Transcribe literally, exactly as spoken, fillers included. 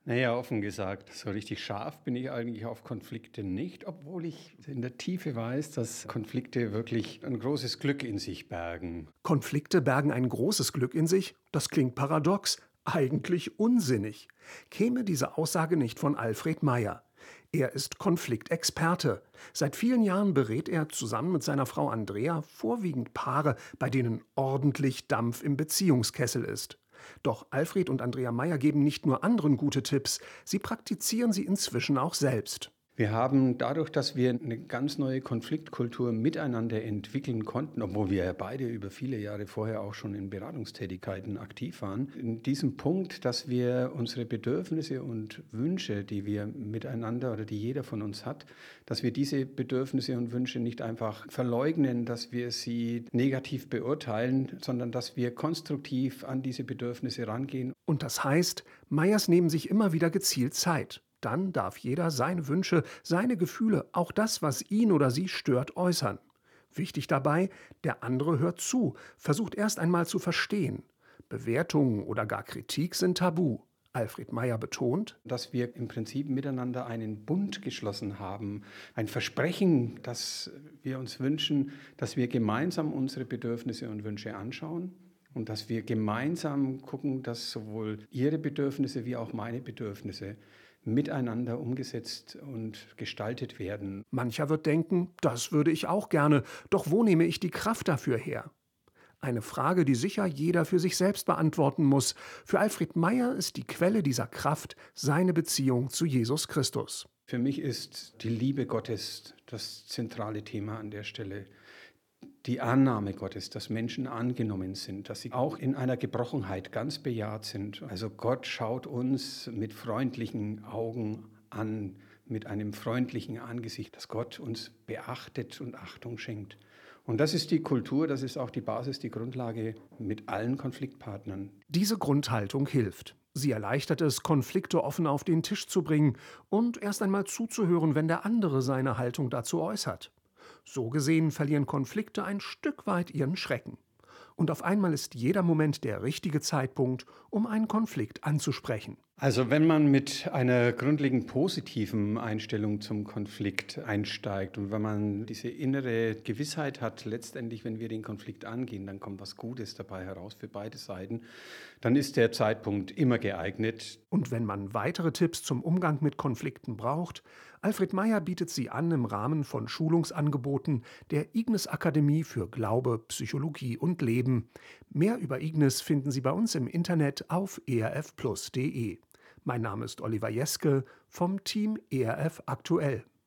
Na ja, offen gesagt, so richtig scharf bin ich eigentlich auf Konflikte nicht, obwohl ich in der Tiefe weiß, dass Konflikte wirklich ein großes Glück in sich bergen. Konflikte bergen ein großes Glück in sich? Das klingt paradox, eigentlich unsinnig. Käme diese Aussage nicht von Alfred Meyer. Er ist Konfliktexperte. Seit vielen Jahren berät er zusammen mit seiner Frau Andrea vorwiegend Paare, bei denen ordentlich Dampf im Beziehungskessel ist. Doch Alfred und Andrea Meyer geben nicht nur anderen gute Tipps, sie praktizieren sie inzwischen auch selbst. Wir haben dadurch, dass wir eine ganz neue Konfliktkultur miteinander entwickeln konnten, obwohl wir ja beide über viele Jahre vorher auch schon in Beratungstätigkeiten aktiv waren, in diesem Punkt, dass wir unsere Bedürfnisse und Wünsche, die wir miteinander oder die jeder von uns hat, dass wir diese Bedürfnisse und Wünsche nicht einfach verleugnen, dass wir sie negativ beurteilen, sondern dass wir konstruktiv an diese Bedürfnisse rangehen. Und das heißt, Meyers nehmen sich immer wieder gezielt Zeit. Dann darf jeder seine Wünsche, seine Gefühle, auch das, was ihn oder sie stört, äußern. Wichtig dabei, der andere hört zu, versucht erst einmal zu verstehen. Bewertungen oder gar Kritik sind tabu. Alfred Meyer betont: Dass wir im Prinzip miteinander einen Bund geschlossen haben, ein Versprechen, das wir uns wünschen, dass wir gemeinsam unsere Bedürfnisse und Wünsche anschauen und dass wir gemeinsam gucken, dass sowohl Ihre Bedürfnisse wie auch meine Bedürfnisse miteinander umgesetzt und gestaltet werden. Mancher wird denken, das würde ich auch gerne, doch wo nehme ich die Kraft dafür her? Eine Frage, die sicher jeder für sich selbst beantworten muss. Für Alfred Meyer ist die Quelle dieser Kraft seine Beziehung zu Jesus Christus. Für mich ist die Liebe Gottes das zentrale Thema an der Stelle. Die Annahme Gottes, dass Menschen angenommen sind, dass sie auch in einer Gebrochenheit ganz bejaht sind. Also Gott schaut uns mit freundlichen Augen an, mit einem freundlichen Angesicht, dass Gott uns beachtet und Achtung schenkt. Und das ist die Kultur, das ist auch die Basis, die Grundlage mit allen Konfliktpartnern. Diese Grundhaltung hilft. Sie erleichtert es, Konflikte offen auf den Tisch zu bringen und erst einmal zuzuhören, wenn der andere seine Haltung dazu äußert. So gesehen verlieren Konflikte ein Stück weit ihren Schrecken. Und auf einmal ist jeder Moment der richtige Zeitpunkt, um einen Konflikt anzusprechen. Also wenn man mit einer grundlegend positiven Einstellung zum Konflikt einsteigt und wenn man diese innere Gewissheit hat, letztendlich, wenn wir den Konflikt angehen, dann kommt was Gutes dabei heraus für beide Seiten, dann ist der Zeitpunkt immer geeignet. Und wenn man weitere Tipps zum Umgang mit Konflikten braucht, Alfred Meyer bietet sie an im Rahmen von Schulungsangeboten der Ignis Akademie für Glaube, Psychologie und Leben. Mehr über Ignis finden Sie bei uns im Internet auf e r f plus punkt d e. Mein Name ist Oliver Jeske vom Team E R F Aktuell.